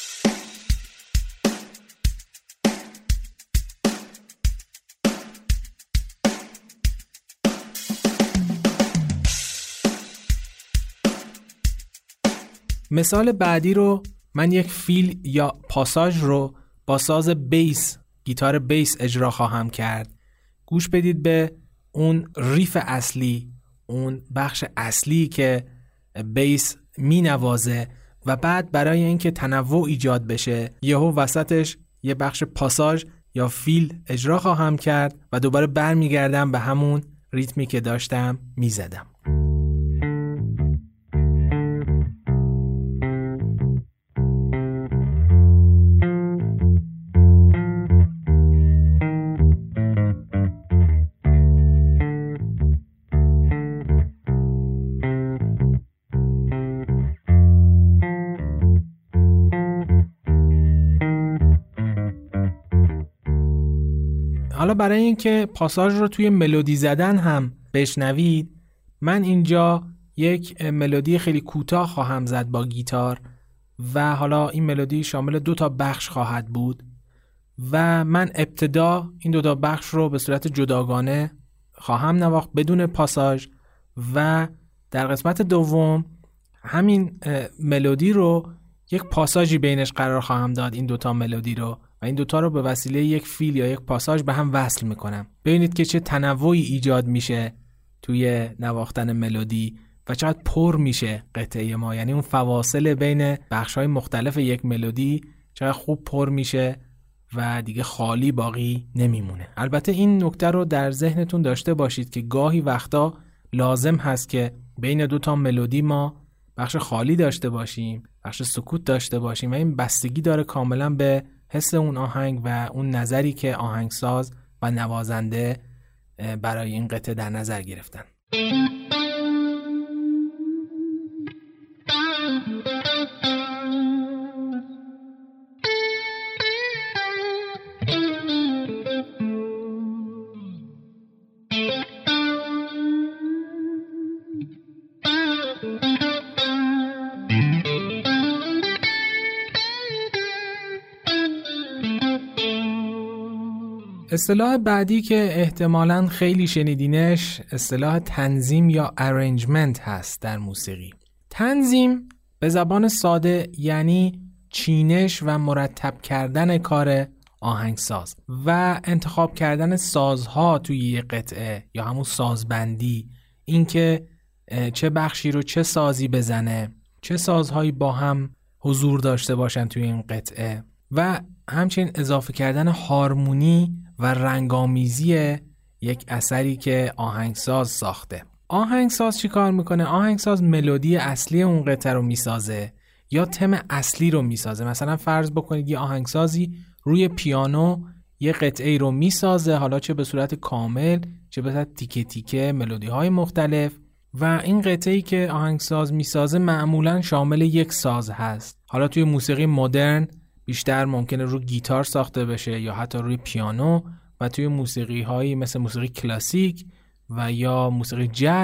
مثال بعدی رو من یک فیل یا پاساژ رو با ساز بیس، گیتار بیس اجرا خواهم کرد. گوش بدید به اون ریف اصلی، اون بخش اصلی که بیس می نوازه و بعد برای اینکه تنوع ایجاد بشه یهو وسطش یه بخش پاساژ یا فیل اجرا خواهم کرد و دوباره برمیگردم به همون ریتمی که داشتم میزدم. حالا برای اینکه پاساژ رو توی ملودی زدن هم بشنوید، من اینجا یک ملودی خیلی کوتاه خواهم زد با گیتار و حالا این ملودی شامل دو تا بخش خواهد بود و من ابتدا این دو تا بخش رو به صورت جداگانه خواهم نواخت بدون پاساژ و در قسمت دوم همین ملودی رو یک پاساژی بینش قرار خواهم داد، این دوتا ملودی رو، و این دوتا رو به وسیله یک فیل یا یک پاساژ به هم وصل میکنم. ببینید که چه تنوعی ایجاد میشه توی نواختن ملودی و چقدر پر میشه قطعه ما. یعنی اون فواصل بین بخش‌های مختلف یک ملودی چقدر خوب پر میشه و دیگه خالی باقی نمیمونه. البته این نکته رو در ذهنتون داشته باشید که گاهی وقتا لازم هست که بین دوتا ملودی ما بخش خالی داشته باشیم، بخش سکوت داشته باشیم و این بستگی داره کاملا به حس اون آهنگ و اون نظری که آهنگساز و نوازنده برای این قطعه در نظر گرفتن. اصطلاح بعدی که احتمالاً خیلی شنیدینش اصطلاح تنظیم یا arrangement هست در موسیقی. تنظیم به زبان ساده یعنی چینش و مرتب کردن کار آهنگساز و انتخاب کردن سازها توی یه قطعه یا همون سازبندی، اینکه چه بخشی رو چه سازی بزنه، چه سازهایی با هم حضور داشته باشن توی این قطعه و همچنین اضافه کردن هارمونی و رنگامیزی یک اثری که آهنگساز ساخته. آهنگساز چی کار میکنه؟ آهنگساز ملودی اصلی اون قطعه رو میسازه یا تم اصلی رو میسازه. مثلا فرض بکنید یه آهنگسازی روی پیانو یه قطعه رو میسازه، حالا چه به صورت کامل چه به صورت تیکه تیکه ملودی های مختلف، و این قطعه‌ای که آهنگساز میسازه معمولا شامل یک ساز هست. حالا توی موسیقی مدرن بیشتر ممکنه روی گیتار ساخته بشه یا حتی روی پیانو، و توی موسیقی هایی مثل موسیقی کلاسیک و یا موسیقی جاز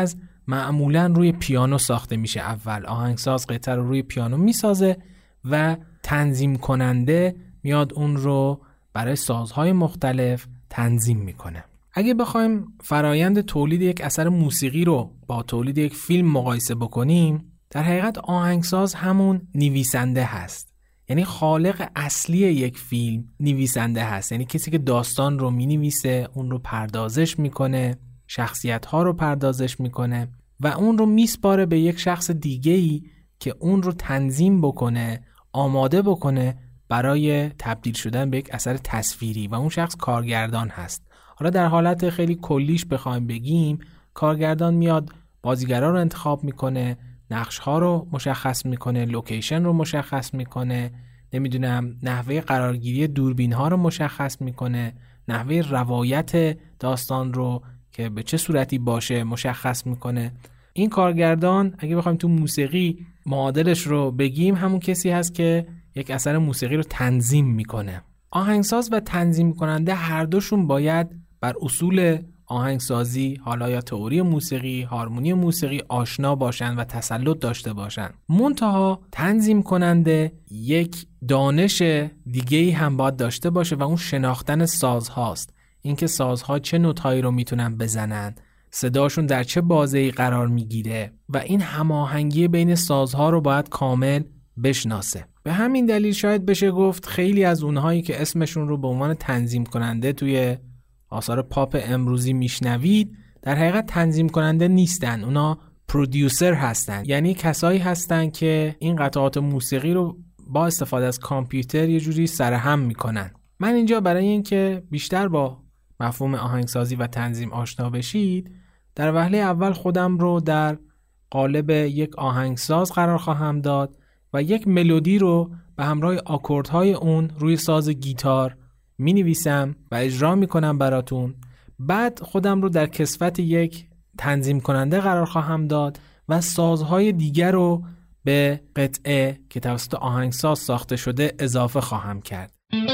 معمولاً روی پیانو ساخته میشه. اول آهنگساز قطعه رو روی پیانو میسازه و تنظیم کننده میاد اون رو برای سازهای مختلف تنظیم میکنه. اگه بخوایم فرایند تولید یک اثر موسیقی رو با تولید یک فیلم مقایسه بکنیم، در حقیقت آهنگساز همون نویسنده هست. یعنی خالق اصلی یک فیلم نویسنده هست، یعنی کسی که داستان رو مینویسه، اون رو پردازش میکنه، شخصیت‌ها رو پردازش میکنه و اون رو میسپاره به یک شخص دیگه‌ای که اون رو تنظیم بکنه، آماده بکنه برای تبدیل شدن به یک اثر تصویری و اون شخص کارگردان هست. حالا در حالت خیلی کلیش بخوایم بگیم، کارگردان میاد بازیگرا رو انتخاب میکنه، نقش‌ها رو مشخص میکنه، لوکیشن رو مشخص میکنه، نمیدونم نحوه قرارگیری دوربین‌ها رو مشخص میکنه، نحوه روایت داستان رو که به چه صورتی باشه مشخص میکنه. این کارگردان اگه بخوایم تو موسیقی معادلش رو بگیم، همون کسی هست که یک اثر موسیقی رو تنظیم میکنه. آهنگساز و تنظیم کننده هر دوشون باید بر اصول آهنگسازی، حالا یا تئوری موسیقی، هارمونی موسیقی آشنا باشن و تسلط داشته باشن. منتها تنظیم کننده یک دانش دیگه‌ای هم باید داشته باشه و اون شناختن سازهاست. اینکه سازها چه نوتایی رو میتونن بزنن، صداشون در چه بازه‌ای قرار میگیره و این هماهنگی بین سازها رو باید کامل بشناسه. به همین دلیل شاید بشه گفت خیلی از اونهایی که اسمشون رو به عنوان تنظیم کننده توی آثار پاپ امروزی میشنوید، در حقیقت تنظیم کننده نیستن، اونا پرودیوسر هستن. یعنی کسایی هستن که این قطعات موسیقی رو با استفاده از کامپیوتر یه جوری سرهم میکنن. من اینجا برای اینکه بیشتر با مفهوم آهنگسازی و تنظیم آشنا بشید، در وهله اول خودم رو در قالب یک آهنگساز قرار خواهم داد و یک ملودی رو به همراه آکوردهای اون روی ساز گیتار می نویسم و اجرا می کنم براتون. بعد خودم رو در کسوت یک تنظیم کننده قرار خواهم داد و سازهای دیگر رو به قطعه که توسط آهنگساز ساخته شده اضافه خواهم کرد.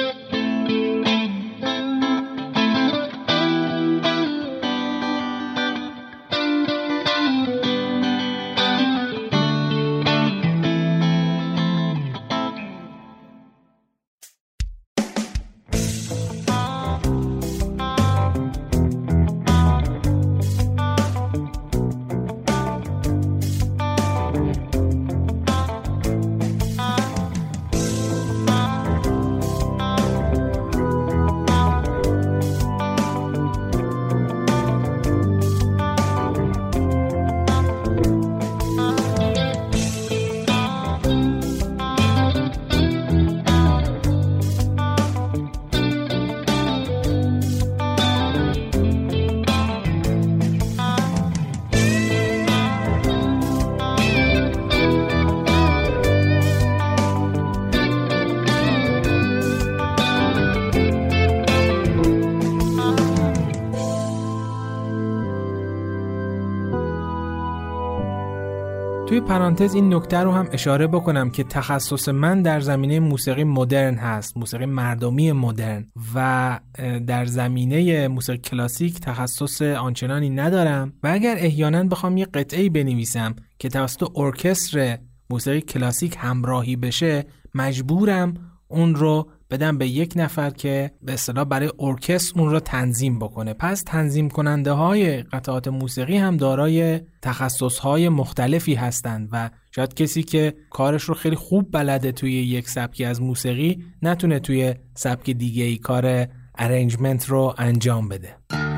توی پرانتز این نکته رو هم اشاره بکنم که تخصص من در زمینه موسیقی مدرن هست، موسیقی مردمی مدرن، و در زمینه موسیقی کلاسیک تخصص آنچنانی ندارم و اگر احیانا بخوام یه قطعه‌ای بنویسم که توسط ارکستر موسیقی کلاسیک همراهی بشه، مجبورم اون رو بدم به یک نفر که به اصطلاح برای ارکستر اون رو تنظیم بکنه. پس تنظیم کننده های قطعات موسیقی هم دارای تخصص های مختلفی هستند و شاید کسی که کارش رو خیلی خوب بلده توی یک سبکی از موسیقی نتونه توی سبک دیگه ای کار ارنجمنت رو انجام بده.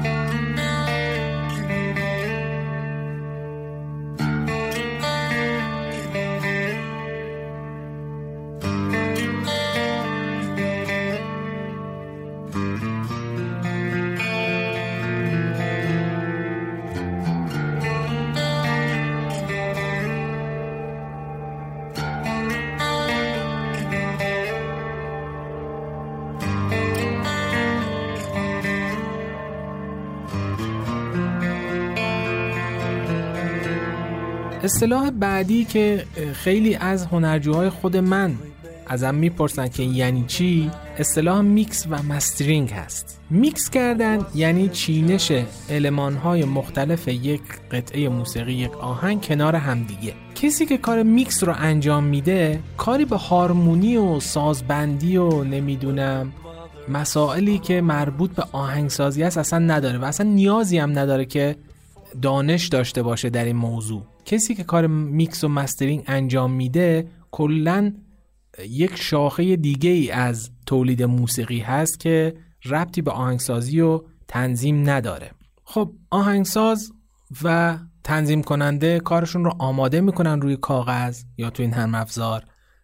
اصطلاح بعدی که خیلی از هنرجوهای خود من ازم میپرسن که یعنی چی، اصطلاح میکس و مسترینگ هست. میکس کردن یعنی چینش المان‌های مختلف یک قطعه موسیقی، یک آهنگ کنار همدیگه. کسی که کار میکس رو انجام میده کاری به هارمونی و سازبندی و نمیدونم مسائلی که مربوط به آهنگسازی است اصلا نداره و اصلا نیازی هم نداره که دانش داشته باشه در این موضوع. کسی که کار میکس و مسترینگ انجام میده کلاً یک شاخه دیگه ای از تولید موسیقی هست که ربطی به آهنگسازی و تنظیم نداره. خب آهنگساز و تنظیم کننده کارشون رو آماده میکنن روی کاغذ یا توی این نرم افزار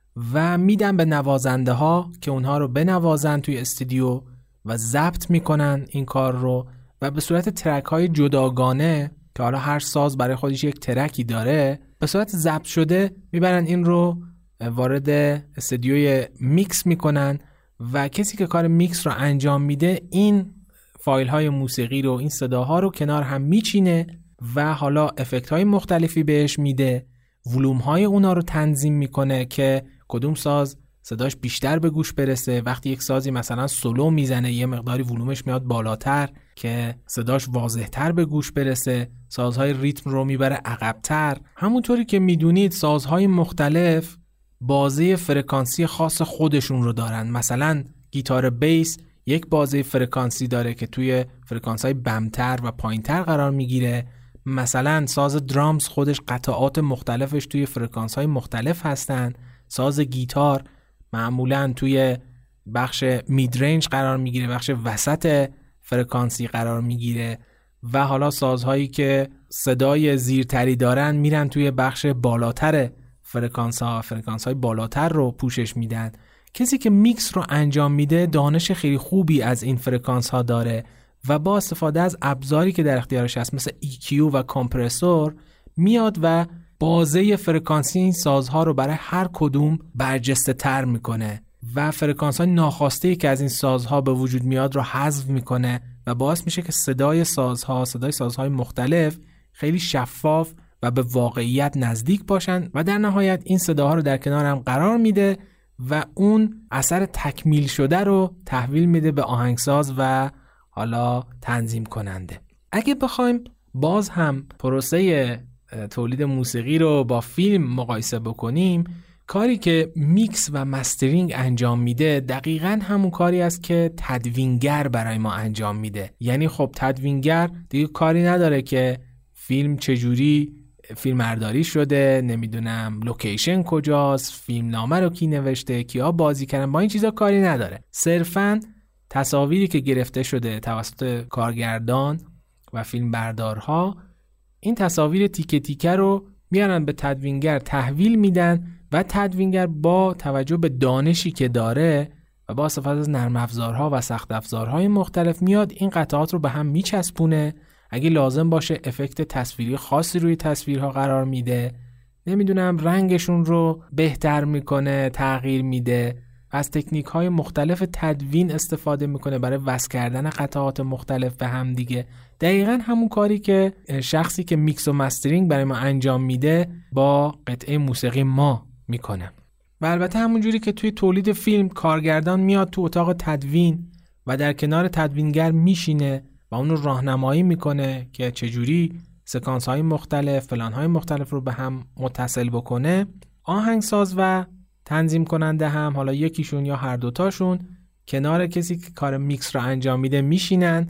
و میدن به نوازنده ها که اونها رو بنوازن توی استودیو و ضبط میکنن این کار رو و به صورت ترک های جداگانه که حالا هر ساز برای خودش یک ترکی داره به صورت ضبط شده میبرن این رو وارد استودیوی میکس میکنن و کسی که کار میکس رو انجام میده این فایل های موسیقی رو، این صداها رو کنار هم میچینه و حالا افکت های مختلفی بهش میده، ولوم های اونا رو تنظیم میکنه که کدوم ساز صداش بیشتر به گوش برسه. وقتی یک سازی مثلا سولو میزنه یه مقداری ولومش میاد بالاتر که صداش واضحتر به گوش برسه، سازهای ریتم رو میبره عقب‌تر. همونطوری که میدونید سازهای مختلف بازه فرکانسی خاص خودشون رو دارن. مثلا گیتار بیس یک بازه فرکانسی داره که توی فرکانس‌های بمتر و پایینتر قرار میگیره. مثلا ساز درامز خودش قطعات مختلفش توی فرکانس‌های مختلف هستن. ساز گیتار معمولاً توی بخش مید رنج قرار میگیره، بخش وسط فرکانسی قرار میگیره و حالا سازهایی که صدای زیرتری دارن میرن توی بخش بالاتر فرکانس ها، فرکانس های بالاتر رو پوشش میدن. کسی که میکس رو انجام میده دانش خیلی خوبی از این فرکانس ها داره و با استفاده از ابزاری که در اختیارش هست مثل ای کیو و کامپرسور میاد و بازه فرکانسی این سازها رو برای هر کدوم برجسته تر میکنه و فرکانس های ناخواسته که از این سازها به وجود میاد رو حذف میکنه و باعث میشه که صدای سازها، صدای سازهای مختلف خیلی شفاف و به واقعیت نزدیک باشن و در نهایت این صداها رو در کنار هم قرار میده و اون اثر تکمیل شده رو تحویل میده به آهنگساز و حالا تنظیم کننده. اگه بخوایم باز هم پروسه تولید موسیقی رو با فیلم مقایسه بکنیم، کاری که میکس و مسترینگ انجام میده دقیقاً همون کاری است که تدوینگر برای ما انجام میده. یعنی خب تدوینگر دیگه کاری نداره که فیلم چجوری فیلم برداری شده، نمیدونم لوکیشن کجاست، فیلم نامه رو کی نوشته، کیا بازی کردن، با این چیزا کاری نداره. صرفاً تصاویری که گرفته شده توسط کارگردان و فیلم بردارها، این تصاویر تیکه تیکه رو میارن به تدوینگر تحویل میدن و تدوینگر با توجه به دانشی که داره و با استفاده از نرم افزارها و سخت افزارهای مختلف میاد این قطعات رو به هم میچسبونه. اگه لازم باشه افکت تصویری خاصی روی تصویرها قرار میده، نمیدونم رنگشون رو بهتر میکنه، تغییر میده، از تکنیک های مختلف تدوین استفاده میکنه برای وصل کردن قطعات مختلف به هم دیگه. دقیقاً همون کاری که شخصی که میکس و مسترینگ برای ما انجام میده با قطعه موسیقی ما میکنه. و البته همون جوری که توی تولید فیلم کارگردان میاد تو اتاق تدوین و در کنار تدوینگر میشینه و اون رو راهنمایی میکنه که چجوری سکانس های مختلف، پلان های مختلف رو به هم متصل بکنه، آهنگساز و تنظیم کننده هم، حالا یکیشون یا هر دوتاشون، کنار کسی که کار میکس رو انجام میده میشینن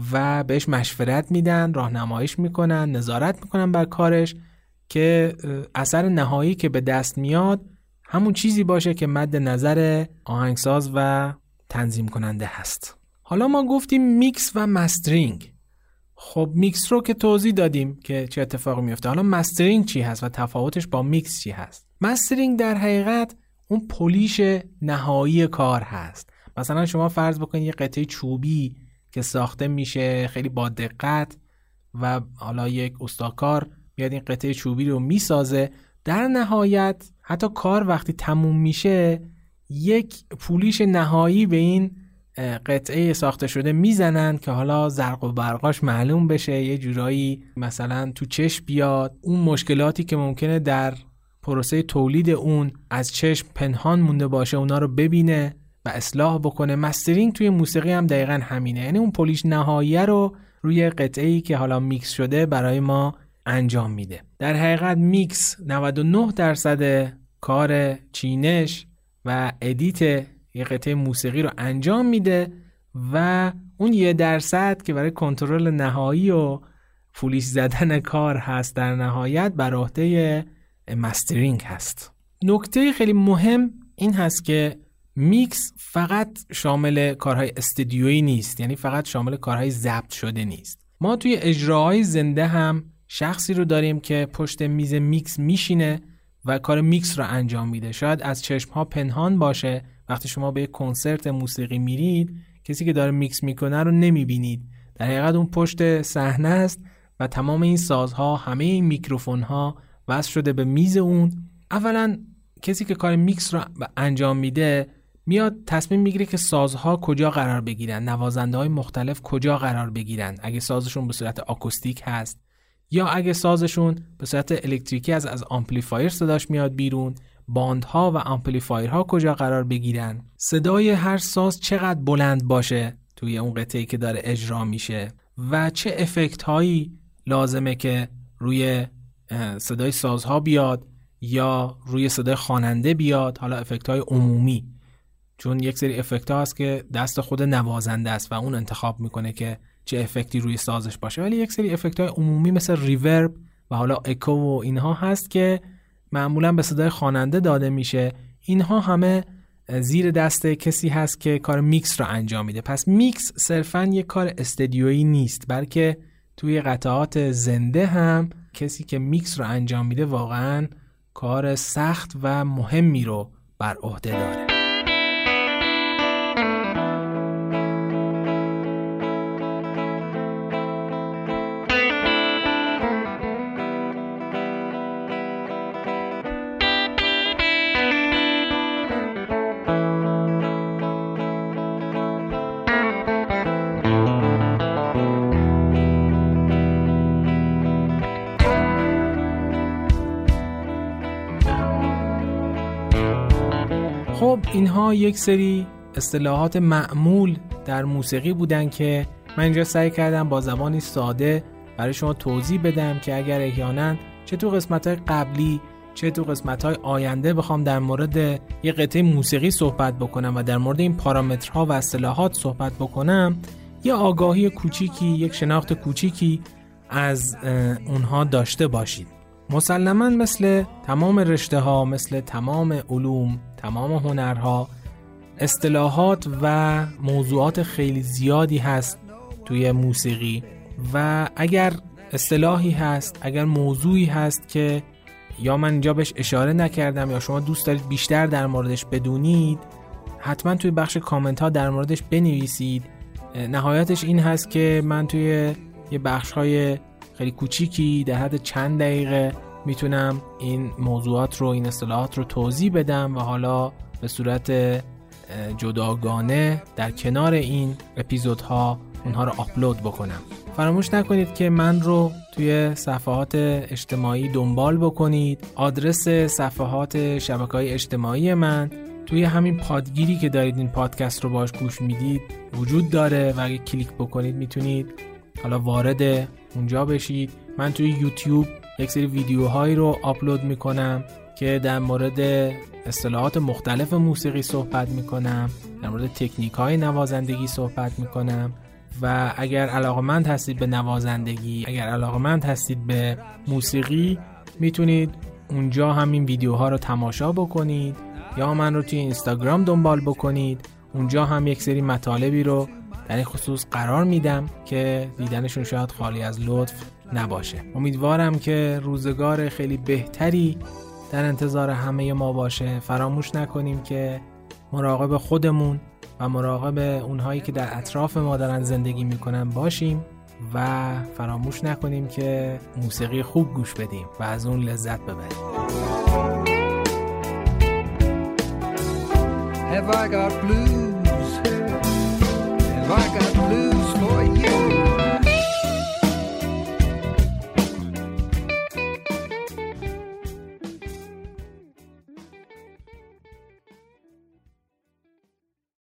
و بهش مشورت میدن، راهنماییش میکنن، نظارت میکنن بر کارش که اثر نهایی که به دست میاد همون چیزی باشه که مد نظر آهنگساز و تنظیم کننده هست. حالا ما گفتیم میکس و مسترینگ. خب میکس رو که توضیح دادیم که چه اتفاقی میفته. حالا مسترینگ چی هست و تفاوتش با میکس چی هست؟ مسترینگ در حقیقت اون پولیش نهایی کار هست. مثلا شما فرض بکنید یه قطعه چوبی که ساخته میشه خیلی با دقت و حالا یک استاکار میاد این قطعه چوبی رو میسازه، در نهایت حتی کار وقتی تموم میشه یک پولیش نهایی به این قطعه ساخته شده میزنن که حالا زرق و برقاش معلوم بشه، یه جورایی مثلا تو چشم بیاد، اون مشکلاتی که ممکنه در پروسه تولید اون از چشم پنهان مونده باشه اونا رو ببینه و اصلاح بکنه. مسترینگ توی موسیقی هم دقیقاً همینه، یعنی اون پولیش نهایی رو روی قطعه‌ای که حالا میکس شده برای ما انجام میده. در حقیقت میکس نود و نه درصد کار چینش و ادیت یه قطعه موسیقی رو انجام میده و اون یه درصد که برای کنترل نهایی و پولیش زدن کار هست در نهایت بر عهده مسترینگ هست. نکته خیلی مهم این هست که میکس فقط شامل کارهای استودیویی نیست، یعنی فقط شامل کارهای ضبط شده نیست. ما توی اجراهای زنده هم شخصی رو داریم که پشت میز میکس میشینه و کار میکس رو انجام میده. شاید از چشمها پنهان باشه، وقتی شما به یک کنسرت موسیقی میرید کسی که داره میکس میکنه رو نمیبینید، در حقیقت اون پشت صحنه است و تمام این سازها، همه این میکروفونها وصل شده به میز اون. اولا کسی که کار میکس رو انجام میده میاد تصمیم میگیره که سازها کجا قرار بگیرن، نوازنده های مختلف کجا قرار بگیرن، اگه سازشون به صورت آکوستیک هست یا اگه سازشون به صورت الکتریکی از از آمپلیفایر صداش میاد بیرون، باندها و آمپلیفایرها کجا قرار بگیرن، صدای هر ساز چقدر بلند باشه توی اون قطعه‌ای که داره اجرا میشه و چه افکت هایی لازمه که روی صدای سازها بیاد یا روی صدای خواننده بیاد. حالا افکت های عمومی، چون یک سری افکت ها هست که دست خود نوازنده است و اون انتخاب میکنه که چه افکتی روی سازش باشه، ولی یک سری افکت های عمومی مثل ریورب و حالا اکو و اینها هست که معمولا به صدای خواننده داده میشه. اینها همه زیر دست کسی هست که کار میکس رو انجام میده. پس میکس صرفاً یک کار استودیویی نیست، بلکه توی قطعات زنده هم کسی که میکس رو انجام میده واقعاً کار سخت و مهمی رو بر عهده داره. خب اینها یک سری اصطلاحات معمول در موسیقی بودن که من اینجا سعی کردم با زبانی ساده برای شما توضیح بدم که اگر احیانا چه تو قسمت‌های قبلی چه تو قسمت‌های آینده بخوام در مورد یک قطعه موسیقی صحبت بکنم و در مورد این پارامترها و اصطلاحات صحبت بکنم، یه آگاهی کوچیکی، یک شناخت کوچیکی از اونها داشته باشید. مسلماً مثل تمام رشته ها، مثل تمام علوم، تمام هنرها، اصطلاحات و موضوعات خیلی زیادی هست توی موسیقی و اگر اصطلاحی هست، اگر موضوعی هست که یا من اینجا بهش اشاره نکردم یا شما دوست دارید بیشتر در موردش بدونید، حتما توی بخش کامنت ها در موردش بنویسید. نهایتش این هست که من توی یه بخش های خیلی کوچیکی در حد چند دقیقه میتونم این موضوعات رو، این اصطلاحات رو توضیح بدم و حالا به صورت جداگانه در کنار این اپیزودها اونها رو آپلود بکنم. فراموش نکنید که من رو توی صفحات اجتماعی دنبال بکنید. آدرس صفحات شبکه‌های اجتماعی من توی همین پادگیری که دارید این پادکست رو باش گوش میدید وجود داره و اگه کلیک بکنید میتونید حالا وارد اونجا بشید. من توی یوتیوب یک سری ویدیوهایی رو آپلود میکنم که در مورد اصطلاحات مختلف موسیقی صحبت میکنم، در مورد تکنیک های نوازندگی صحبت میکنم و اگر علاقمند هستید به نوازندگی، اگر علاقمند هستید به موسیقی، میتونید اونجا همین ویدیوها رو تماشا بکنید یا من رو توی اینستاگرام دنبال بکنید. اونجا هم یک سری مطالبی رو در این خصوص قرار میدم که دیدنشون شاید خالی از لطف نباشه. امیدوارم که روزگار خیلی بهتری در انتظار همه ما باشه. فراموش نکنیم که مراقب خودمون و مراقب اونهایی که در اطراف ما دارن زندگی میکنن باشیم و فراموش نکنیم که موسیقی خوب گوش بدیم و از اون لذت ببریم. Have I got blues? Have I got